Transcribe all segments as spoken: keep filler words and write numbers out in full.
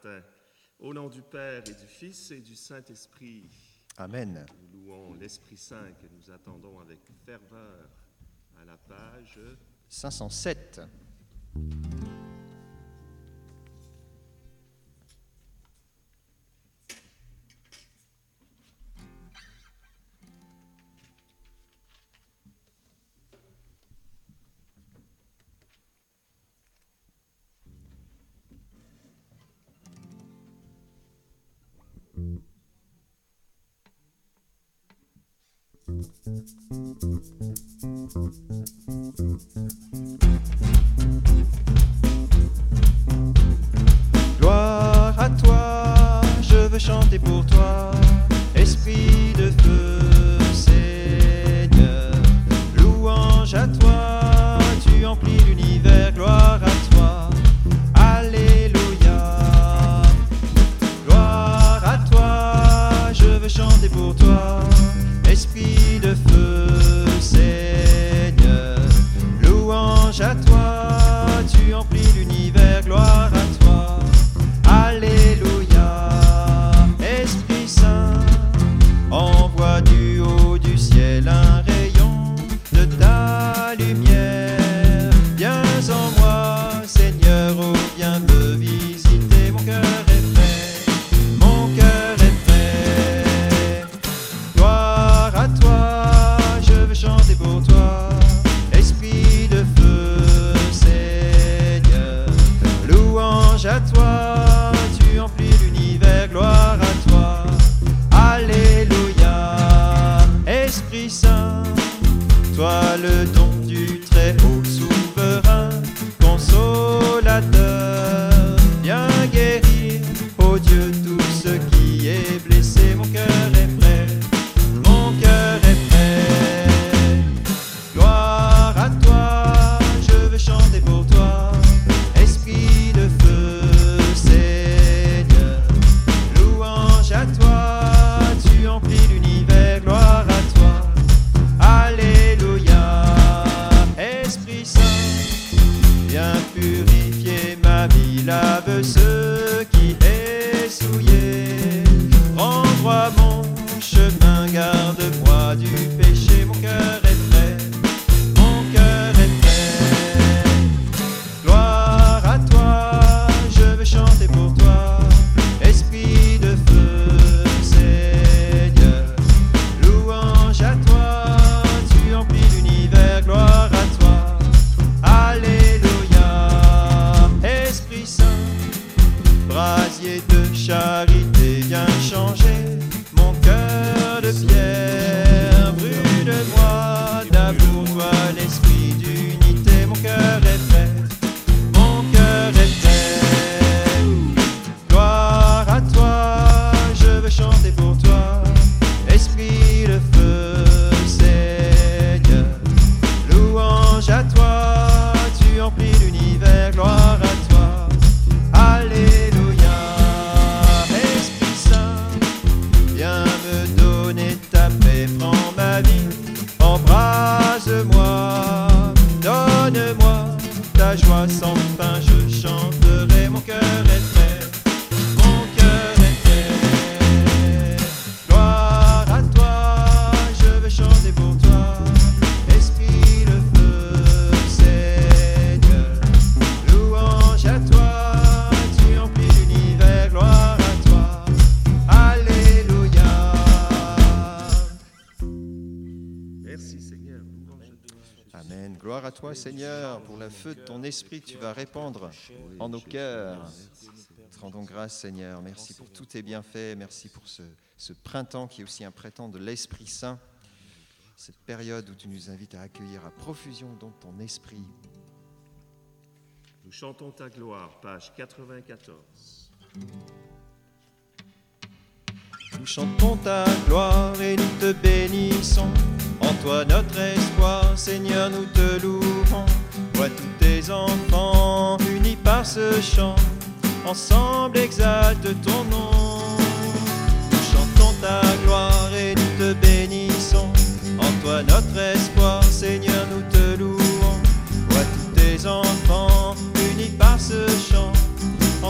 Au nom du Père et du Fils et du Saint-Esprit. Amen. Nous louons l'Esprit Saint que nous attendons avec ferveur à la page cinq cent sept. Gloire à toi, je veux chanter pour toi, Esprit de feu, Seigneur. Louange à toi, tu emplis l'univers, gloire à toi, Alléluia. Gloire à toi, je veux chanter pour toi, Esprit de feu, Seigneur. Louange à toi, tu emplis l'univers, gloire à toi, Alléluia. Esprit Saint, envoie du haut du ciel un rayon de ta lumière. Viens en moi, Seigneur, oh viens me visiter. Mon cœur est prêt, mon cœur est prêt. Gloire à toi, je veux chanter pour toi, Esprit de feu, Seigneur. Louange à toi, tu emplis l'univers, gloire à toi, Alléluia. Esprit Saint, toi le don du Très-Haut souverain, consolateur, viens guérir, ô Dieu, tout ce qui est blessé. Mon cœur est prêt, mon cœur est prêt. Gloire à toi, je veux chanter pour toi, Esprit de feu, Seigneur. Louange à toi, tu emplis l'univers, gloire à toi, Alléluia. Esprit Saint, viens purifier ma vie, lave ce qui est souillé. Rends-moi mon chemin, garde-moi du péché. Mon cœur est prêt, mon cœur est prêt. Gloire à toi, je veux chanter pour toi, Esprit de feu, Seigneur. Louange à toi, tu emplis l'univers, gloire à toi, Alléluia. Esprit Saint, brasier de charité, viens changer mon cœur de pierre. Brûle-moi d'amour, toi l'esprit d'unité. Mon cœur est prêt, mon cœur est prêt. Gloire à toi, je veux chanter pour toi, Esprit de feu, Seigneur. Louange à toi, tu emplis l'univers, gloire à toi, Alléluia. Esprit Saint, viens me donner ta paix, prends ma vie, embrase-moi, donne-moi ta joie sans fin, je chanterai. Mon cœur est prêt, mon cœur est prêt. Gloire à toi, je veux chanter pour toi, Esprit de feu, Seigneur. Louange à toi, tu emplis l'univers, gloire à toi, Alléluia. Merci Seigneur. Louange à toi. Amen. Gloire à toi, Seigneur, pour le feu de ton esprit que tu vas répandre en nos cœurs. Te rendons grâce, Seigneur. Merci pour tous tes bienfaits. Merci pour ce, ce printemps qui est aussi un printemps de l'Esprit Saint. Cette période où tu nous invites à accueillir à profusion le don de ton esprit. Nous chantons ta gloire, page quatre-vingt-quatorze. Nous chantons ta gloire et nous te bénissons. En toi notre espoir, Seigneur, nous te louons. Vois tous tes enfants unis par ce chant, ensemble exalte ton nom. Nous chantons ta gloire et nous te bénissons. En toi notre espoir, Seigneur, nous te louons. Vois tous tes enfants unis par ce chant,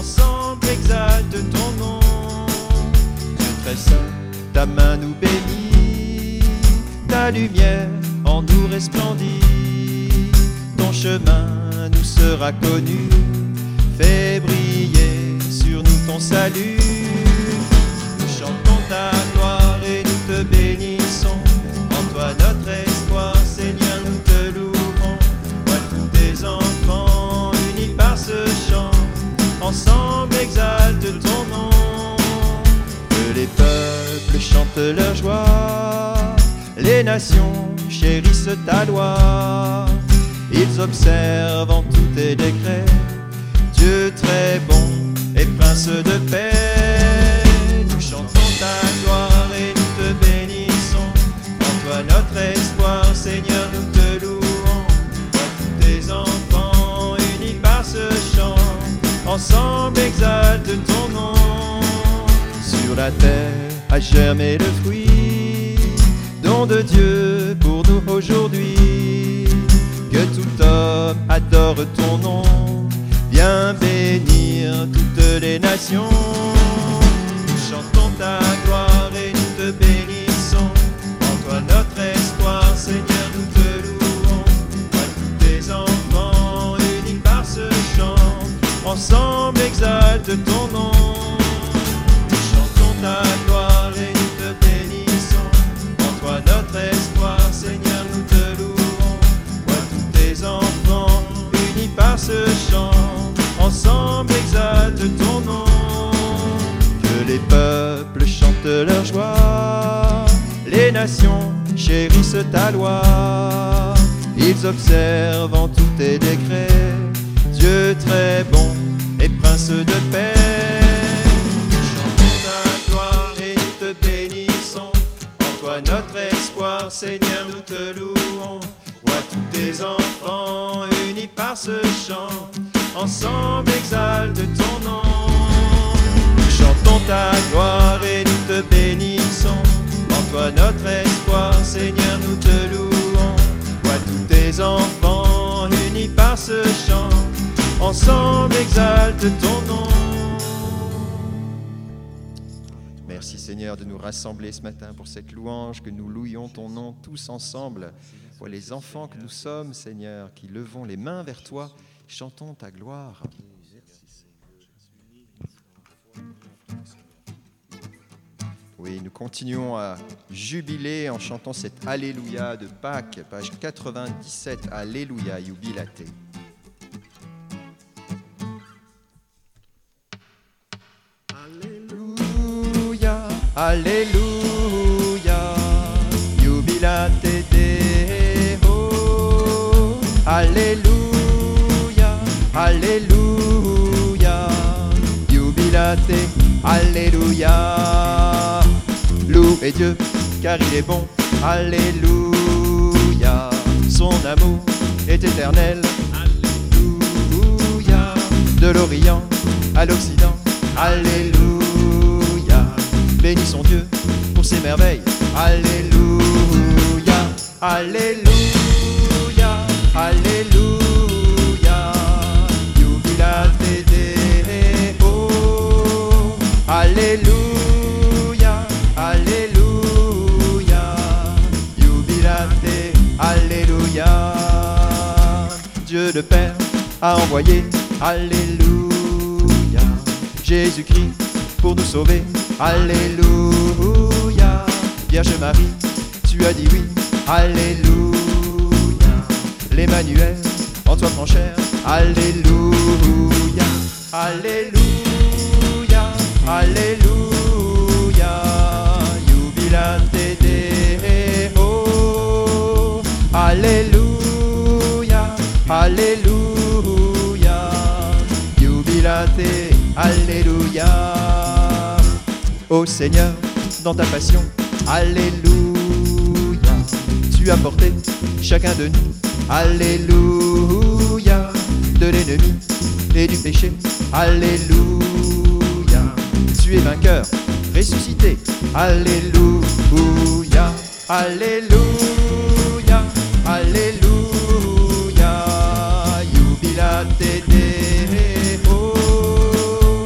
ensemble exalte ton nom. Dieu très saint, ta main nous bénit, ta lumière en nous resplendit. Ton chemin nous sera connu, fais briller sur nous ton salut. Nous chantons ta gloire et nous te bénissons. En toi notre espoir, Seigneur, nous te louons. Vois tous tes enfants unis par ce chant, ensemble exalte ton nom. Que les peuples chantent leur joie, les nations chérissent ta loi. Ils observent en tous tes décrets, Dieu très bon et prince de paix. Nous chantons ta gloire et nous te bénissons. En toi notre espoir, Seigneur, nous te louons. Vois tous tes enfants unis par ce chant, ensemble exalte ton nom. Sur la terre a germé le fruit, don de Dieu pour nous aujourd'hui. Que tout homme adore ton nom, viens bénir toutes les nations. Nous chantons ta gloire et nous te bénissons. En toi notre espoir, Seigneur, nous te louons. Vois tous tes enfants unis par ce chant, ensemble exalte ton nom. Nous chantons ta gloire et nous te bénissons. En toi notre espoir, Seigneur, nous te louons. Enfants unis par ce chant, ensemble exalte ton nom. Que les peuples chantent leur joie, les nations chérissent ta loi. Ils observent en tous tes décrets, Dieu très bon et prince de paix. Nous chantons ta gloire et nous te bénissons. En toi notre espoir, Seigneur, nous te louons. Vois tous tes enfants unis par ce chant, ensemble exalte ton nom. Nous chantons ta gloire et nous te bénissons. En toi notre espoir, Seigneur, nous te louons. Vois tous tes enfants unis par ce chant, ensemble exalte ton nom. Merci Seigneur de nous rassembler ce matin pour cette louange, que nous louions ton nom tous ensemble. Pour les enfants que nous sommes, Seigneur, qui levons les mains vers toi, chantons ta gloire. Oui, nous continuons à jubiler en chantant cet Alléluia de Pâques, page quatre-vingt-dix-sept, Alléluia, jubilate. Alléluia, Alléluia, jubilate Deo. Alléluia, Alléluia, jubilate, Alléluia. Louez Dieu, car il est bon, Alléluia. Son amour est éternel, Alléluia. De l'Orient à l'Occident, Alléluia. Bénissons Dieu pour ses merveilles, Alléluia. Alléluia, Alléluia, jubilate Deo. Alléluia, Alléluia, jubilate, Alléluia. Dieu le Père a envoyé, Alléluia, Jésus-Christ pour nous sauver, Alléluia. Vierge Marie, tu as dit oui, Alléluia. L'Emmanuel, en toi prend chair, Alléluia. Alléluia, Alléluia, jubilate Deo. Alléluia, Alléluia, jubilate, Alléluia. Ô Seigneur, dans ta passion, Alléluia, tu as porté chacun de nous, Alléluia, de l'ennemi et du péché, Alléluia. Tu es vainqueur, ressuscité, Alléluia, Alléluia, Alléluia, jubilate Deo.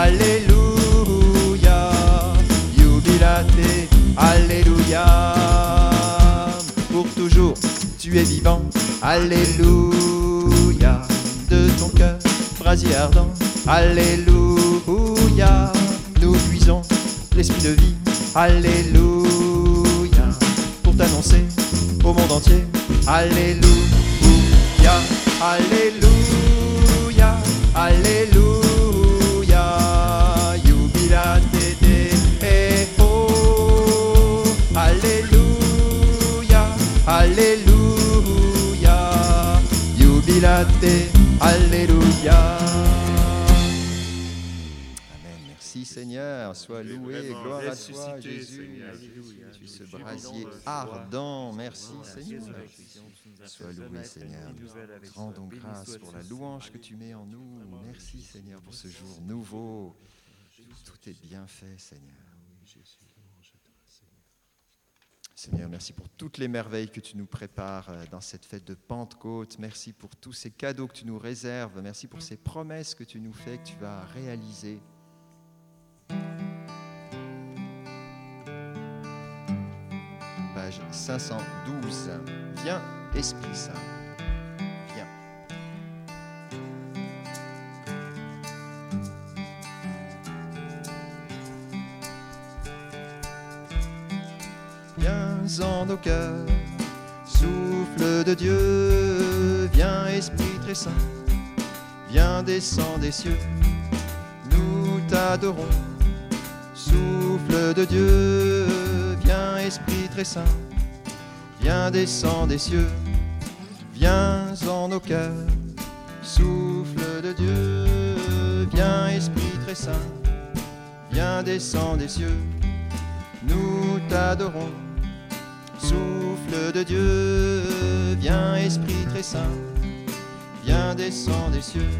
Alléluia, jubilate, Alléluia. Pour toujours, tu es vivant, Alléluia. De ton cœur, brasier ardent, Alléluia. Nous puisons l'esprit de vie, Alléluia. Pour t'annoncer au monde entier, Alléluia, Alléluia, Alléluia. Jubilate te, eh, oh. Alléluia, Alléluia. Jubilate, Alléluia. Amen. Merci Seigneur, sois loué, gloire à toi Jésus. Tu es ce brasier ardent, merci Seigneur. Sois loué Seigneur. Rendons grâce pour la louange que tu mets en nous. Merci Seigneur pour ce jour nouveau. Tout est bien fait Seigneur. Seigneur, merci pour toutes les merveilles que tu nous prépares dans cette fête de Pentecôte. Merci pour tous ces cadeaux que tu nous réserves. Merci pour ces promesses que tu nous fais, que tu vas réaliser. Page cinq cent douze. Viens, Esprit Saint. Viens. Viens en nos cœurs, souffle de Dieu. Viens, Esprit très saint. Viens, descends des cieux. Nous t'adorons. Souffle de Dieu. Viens, Esprit très saint. Viens, descends des cieux. Viens en nos cœurs. Souffle de Dieu. Viens, Esprit très saint. Viens, descends des cieux. Nous t'adorons. Souffle de Dieu. Viens, Esprit très saint. Viens, descends des cieux.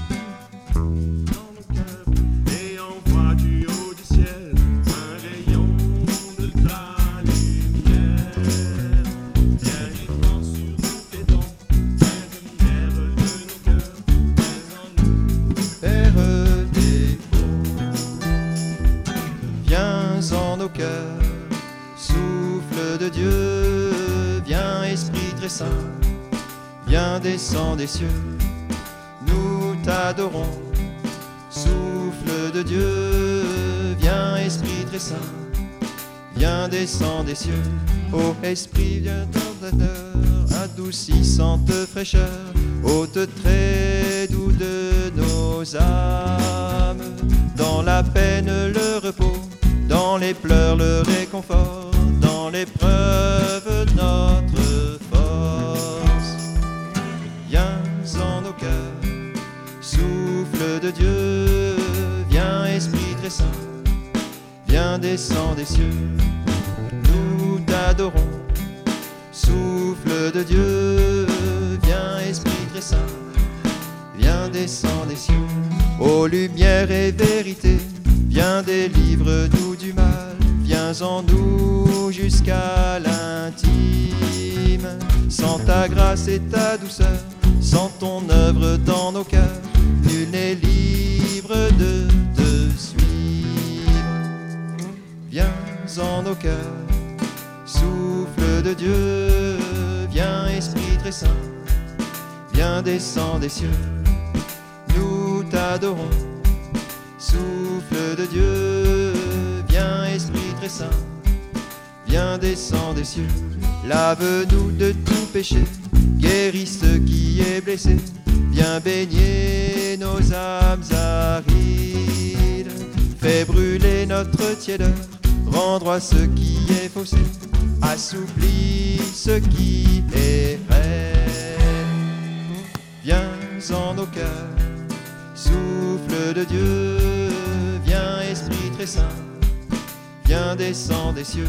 Souffle de Dieu, viens Esprit très saint, viens descends des cieux, nous t'adorons. Souffle de Dieu, viens Esprit très saint, viens descends des cieux. Ô Esprit viens tentateur, adoucissante fraîcheur, ôte très doux de nos âmes, dans la peine le repos, dans les pleurs le réconfort, dans l'épreuve notre force. Viens en nos cœurs, souffle de Dieu, viens Esprit très saint, viens descends des cieux, nous t'adorons. Souffle de Dieu, viens Esprit très saint, viens descends des cieux. Ô lumière et vérité, viens délivre-nous du mal, viens en nous jusqu'à l'intime. Sans ta grâce et ta douceur, sans ton œuvre dans nos cœurs, nul n'est libre de te suivre. Viens en nos cœurs, souffle de Dieu, viens Esprit très saint, viens descends des cieux, nous t'adorons. Souffle de Dieu, viens Esprit très saint, viens descends des cieux. Lave-nous de tout péché, guéris ce qui est blessé, viens baigner nos âmes arides. Fais brûler notre tiédeur, rends droit ce qui est faussé, assouplis ce qui est raide. Viens en nos cœurs, souffle de Dieu, viens Esprit très saint, viens descends des cieux,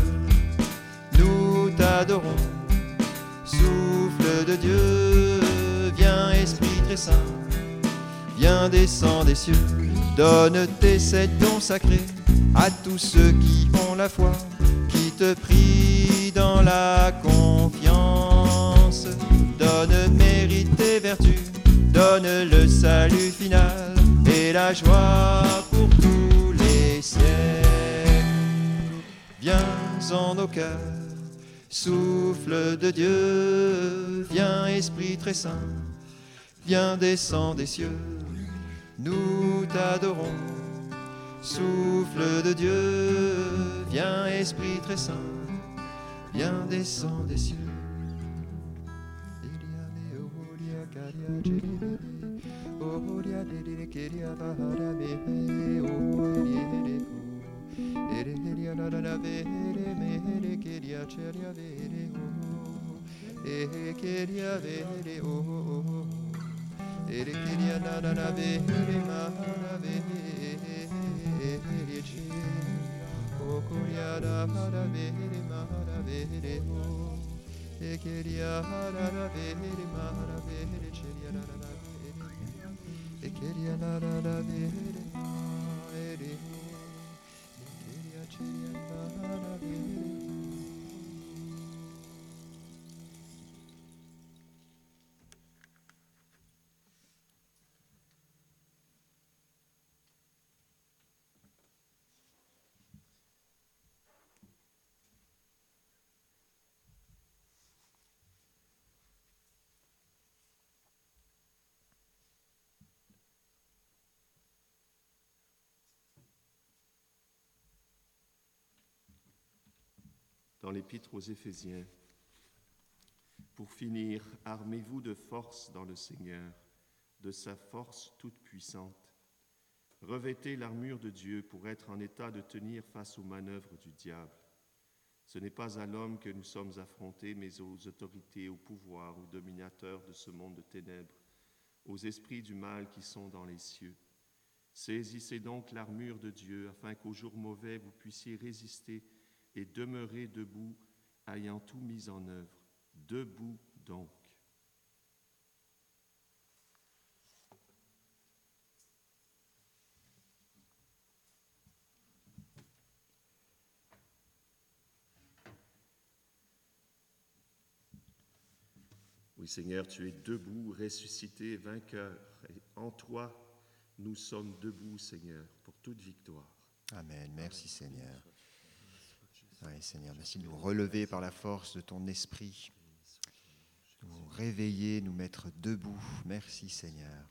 nous t'adorons. Souffle de Dieu, viens Esprit très saint, viens descends des cieux. Donne tes sept dons sacrés à tous ceux qui ont la foi, qui te prient dans la confiance. Donne mérite et vertu, donne le salut final et la joie pour tous les siècles. Viens en nos cœurs, souffle de Dieu, viens Esprit très saint, viens descends des cieux, nous t'adorons. Souffle de Dieu, viens Esprit très saint, viens descends des cieux. Dans l'Épître aux Éphésiens, pour finir, armez-vous de force dans le Seigneur, de sa force toute puissante. Revêtez l'armure de Dieu pour être en état de tenir face aux manœuvres du diable. Ce n'est pas à l'homme que nous sommes affrontés, mais aux autorités, aux pouvoirs, aux dominateurs de ce monde de ténèbres, aux esprits du mal qui sont dans les cieux. Saisissez donc l'armure de Dieu, afin qu'au jour mauvais vous puissiez résister et demeurer debout, ayant tout mis en œuvre. Debout donc. Oui, Seigneur, tu es debout, ressuscité, vainqueur. Et en toi, nous sommes debout, Seigneur, pour toute victoire. Amen. Merci, Seigneur. Oui, Seigneur, merci de nous relever par la force de ton esprit, nous réveiller, nous mettre debout. Merci, Seigneur.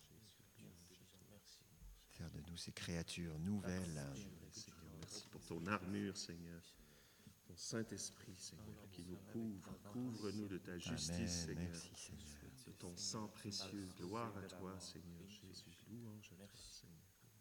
Faire de nous ces créatures nouvelles. Merci pour ton armure, Seigneur. Ton Saint-Esprit, Seigneur, qui nous couvre. Couvre-nous de ta justice, Amen. Seigneur. Merci, Seigneur. De ton sang précieux. Gloire à toi, Seigneur Jésus. Louange à toi, Seigneur.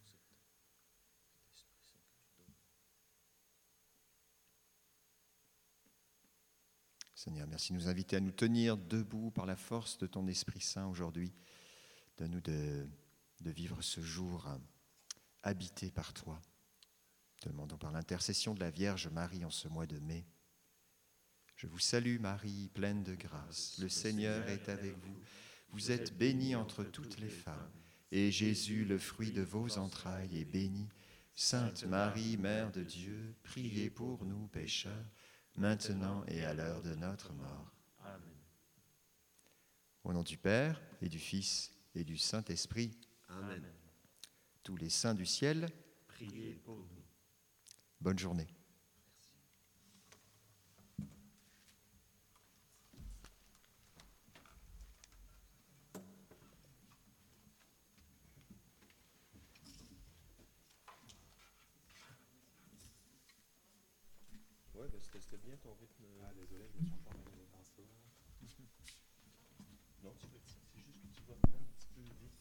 Seigneur, merci de nous inviter à nous tenir debout par la force de ton Esprit Saint aujourd'hui. Donne-nous de, de vivre ce jour habité par toi. Te demandons par l'intercession de la Vierge Marie en ce mois de mai. Je vous salue Marie, pleine de grâce. Le Seigneur est avec vous. Vous êtes bénie entre toutes les femmes. Et Jésus, le fruit de vos entrailles, est béni. Sainte Marie, Mère de Dieu, priez pour nous pécheurs, maintenant et à l'heure de notre mort. Amen. Au nom du Père, et du Fils, et du Saint-Esprit. Amen. Tous les saints du ciel, Priez pour nous. bonne journée. Ouais, bah, c'était c'était bien ton rythme. Ah, désolé, je me sens pas mal d'un soir. Non, tu veux- c'est juste que tu vas faire un petit peu vite.